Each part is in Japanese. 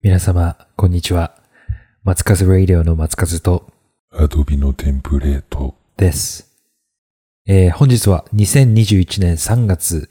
皆様、こんにちは。松風ラディオの松風と、 アドビのテンプレートです。本日は2021年3月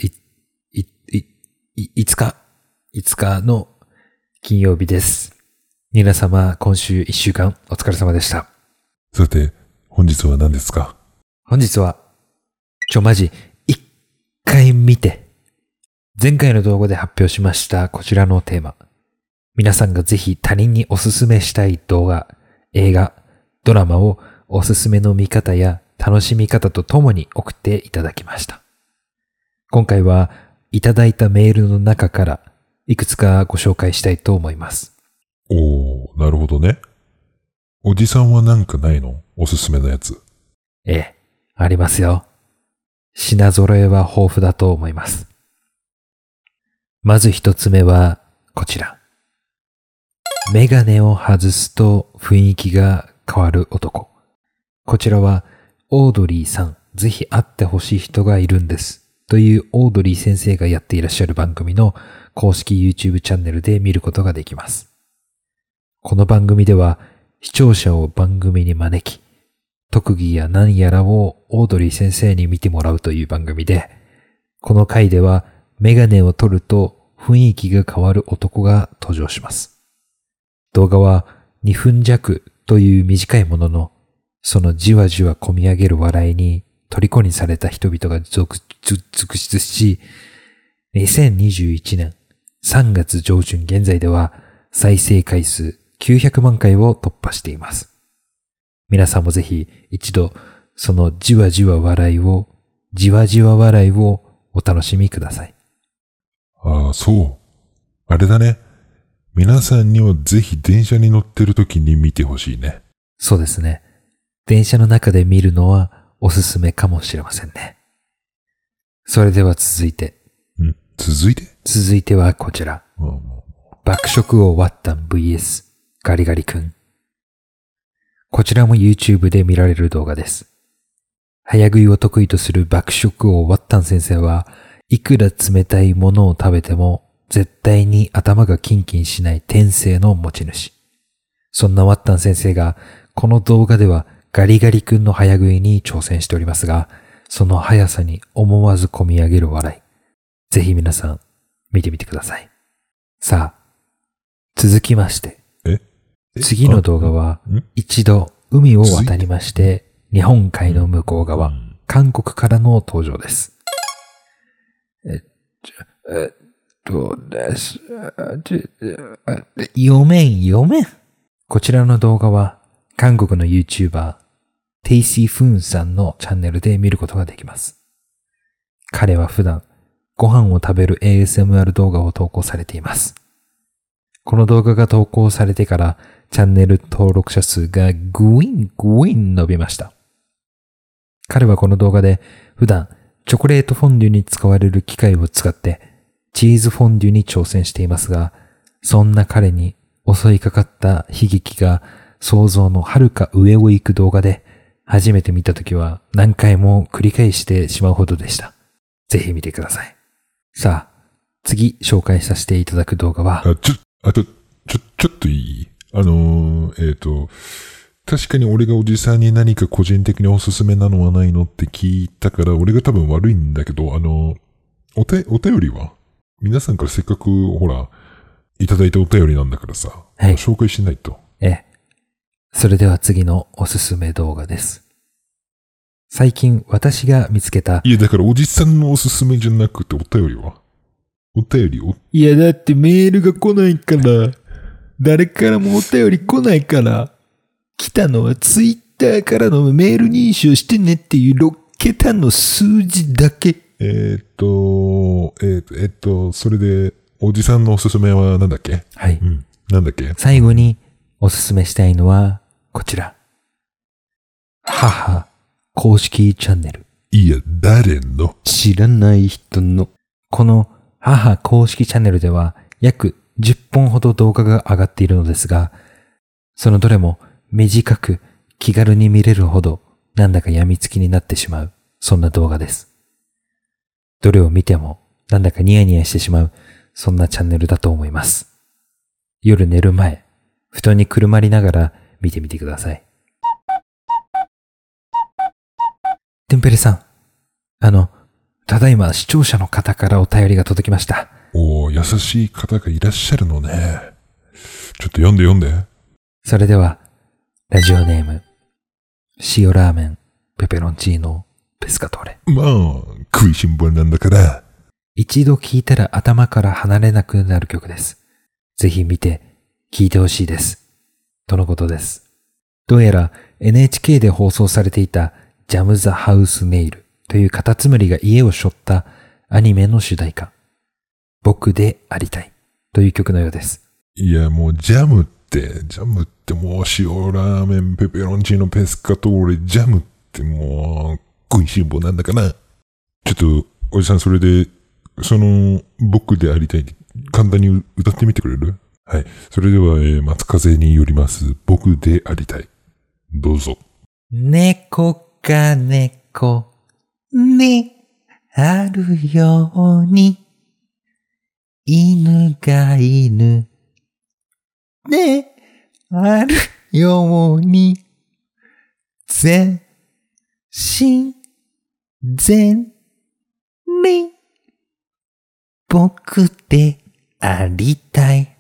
5日の金曜日です。皆様、今週1週間お疲れ様でした。 さて、本日は何ですか？ 本日は、マジ、一回見て、前回の動画で発表しましたこちらのテーマ。皆さんがぜひ他人におすすめしたい動画、映画、ドラマをおすすめの見方や楽しみ方とともに送っていただきました。今回はいただいたメールの中からいくつかご紹介したいと思います。 おー、なるほどね。おじさんはなんかないの？おすすめのやつ。 ありますよ。品揃えは豊富だと思います。まず一つ目はこちら。メガネを外すと雰囲気が変わる男。こちらはオードリーさん、ぜひ会ってほしい人がいるんです。というオードリー先生がやっていらっしゃる番組の公式 YouTube チャンネルで見ることができます。この番組では視聴者を番組に招き、特技や何やらをオードリー先生に見てもらうという番組で、この回ではメガネを取ると雰囲気が変わる男が登場します。動画は2分弱という短いものの、そのじわじわ込み上げる笑いに虜にされた人々が続出し、2021年3月上旬現在では再生回数900万回を突破しています。皆さんもぜひ一度そのじわじわ笑いをお楽しみください。 ああ、そう。あれだね。皆さんにはぜひ電車に乗ってる時に見てほしいね。 そうですね。電車の中で見るのはおすすめかもしれませんね。それでは続いて。続いてはこちら。爆食王ワッタン VS ガリガリ君。こちらも YouTube で見られる動画です。早食いを得意とする爆食王ワッタン先生はいくら冷たいものを食べても絶対に頭がキンキンしない天性の持ち主。そんなワッタン先生がこの動画ではガリガリ君の早食いに挑戦しておりますが、その速さに思わず込み上げる笑い。ぜひ皆さん見てみてください。さあ、続きまして。次の動画は一度海を渡りまして日本海の向こう側、韓国からの登場です。読めん。こちらの動画は韓国の YouTuber テイシー・フーンさんのチャンネルで見ることができます。彼は普段ご飯を食べる ASMR 動画を投稿されています。この動画が投稿されてからチャンネル登録者数がぐいん伸びました。彼はこの動画で普段チョコレートフォンデュに使われる機械を使ってチーズフォンデュに挑戦していますが、そんな彼に襲いかかった悲劇が想像のはるか上を行く動画で、初めて見たときは何回も繰り返してしまうほどでした。ぜひ見てください。さあ、次紹介させていただく動画は、 ちょっといい？確かに俺がおじさんに何か個人的におすすめなのはないのって聞いたから、俺が多分悪いんだけど、お便りは皆さんからせっかく、ほら、いただいたお便りなんだからさ、紹介しないと。 それでは次のおすすめ動画です。最近私が見つけた。 いや、だからおじさんのおすすめじゃなくてお便りは？ いや、だってメールが来ないから。誰からもお便り来ないから。来たのはツイッターからのメール認証してねっていう6桁の数字だけ。 それで、おじさんのおすすめはなんだっけ？ はい。 なんだっけ？ 最後におすすめしたいのは、こちら。母公式チャンネル。 いや、誰の？ 知らない人の。この母公式チャンネルでは約10本ほど動画が上がっているのですが、そのどれも短く気軽に見れるほどなんだか病みつきになってしまう、そんな動画です。どれを見てもなんだかニヤニヤしてしまう、そんなチャンネルだと思います。 夜寝る前、布団にくるまりながら見てみてください。テンペレさん、ただいま視聴者の方からお便りが届きました。 おー、優しい方がいらっしゃるのね。ちょっと読んで。 それでは、ラジオネーム、塩ラーメン、ペペロンチーノ、ペスカトーレ。 まあ、食いしん坊なんだから。 一度聴いたら頭から離れなくなる曲です。ぜひ見て、聴いてほしいです。とのことです。どうやら NHK で放送されていたジャム・ザ・ハウス・ネイルというカタツムリが家を背負ったアニメの主題歌。僕でありたいという曲のようです。 いや、もうジャムってもう塩ラーメン、ペペロンチーノ、ペスカトーレ、ジャムってもう食いしん坊なんだかな。ちょっと、おじさんそれで、僕でありたいって簡単に歌ってみてくれる？はい。それでは、松風によります。僕でありたい。どうぞ。 猫が猫であるように、犬が犬であるように、全身全霊僕でありたい。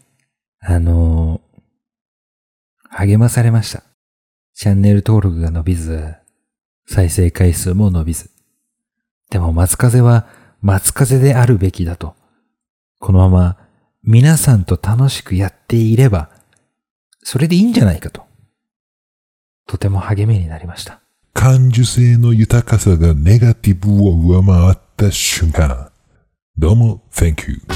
励まされました。チャンネル登録が伸びず、再生回数も伸びず。でも松風は松風であるべきだと。このまま皆さんと楽しくやっていれば、それでいいんじゃないかと。とても励みになりました。 感受性の豊かさがネガティブを上回った瞬間。どうも、Thank you。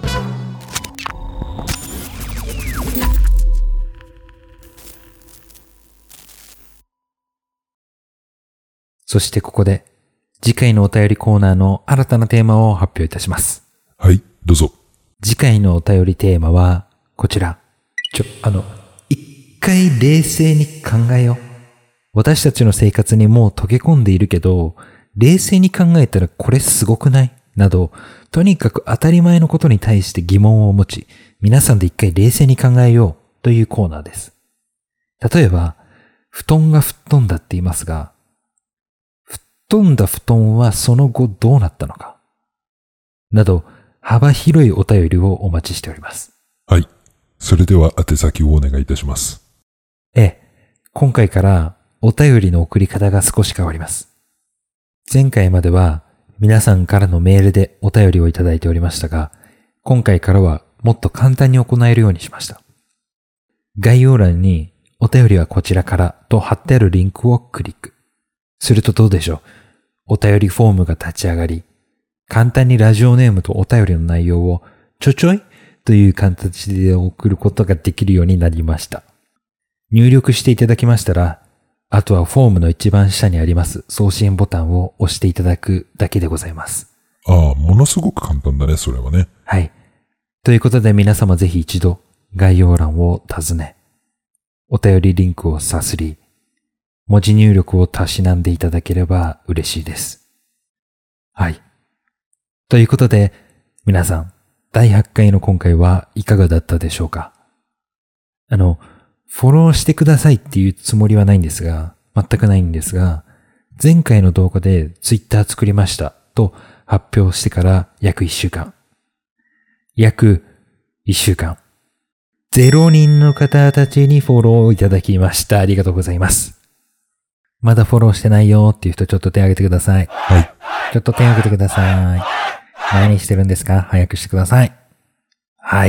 そしてここで次回のお便りコーナーの新たなテーマを発表いたします。 はい、どうぞ。 次回のお便りテーマはこちら。一回冷静に考えよう。私たちの生活にもう溶け込んでいるけど、冷静に考えたらこれすごくない？など、とにかく当たり前のことに対して疑問を持ち、皆さんで一回冷静に考えようというコーナーです。例えば、布団が吹っ飛んだって言いますが、吹っ飛んだ布団はその後どうなったのかなど、幅広いお便りをお待ちしております。 はい。それでは宛先をお願いいたします。 今回からお便りの送り方が少し変わります。前回までは皆さんからのメールでお便りをいただいておりましたが、今回からはもっと簡単に行えるようにしました。概要欄にお便りはこちらからと貼ってあるリンクをクリック。するとどうでしょう。お便りフォームが立ち上がり、簡単にラジオネームとお便りの内容をちょいという形で送ることができるようになりました。入力していただきましたら、あとはフォームの一番下にあります送信ボタンを押していただくだけでございます。 ああ、ものすごく簡単だね、それはね。 はい。ということで皆様ぜひ一度概要欄を訪ね、お便りリンクをさすり、文字入力をたしなんでいただければ嬉しいです。はい。ということで、皆さん、第8回の今回はいかがだったでしょうか？フォローしてくださいっていうつもりはないんですが、全くないんですが、前回の動画でツイッター作りましたと発表してから約1週間。0人の方たちにフォローをいただきました。ありがとうございます。まだフォローしてないよっていう人ちょっと手挙げてください。 はい。 ちょっと手挙げてください。何してるんですか？早くしてください。はい。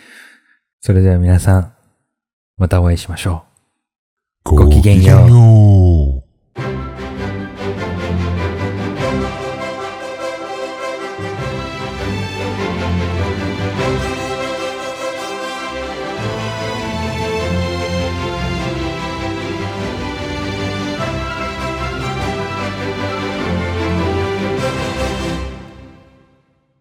それでは皆さん、またお会いしましょう。ごきげんよう。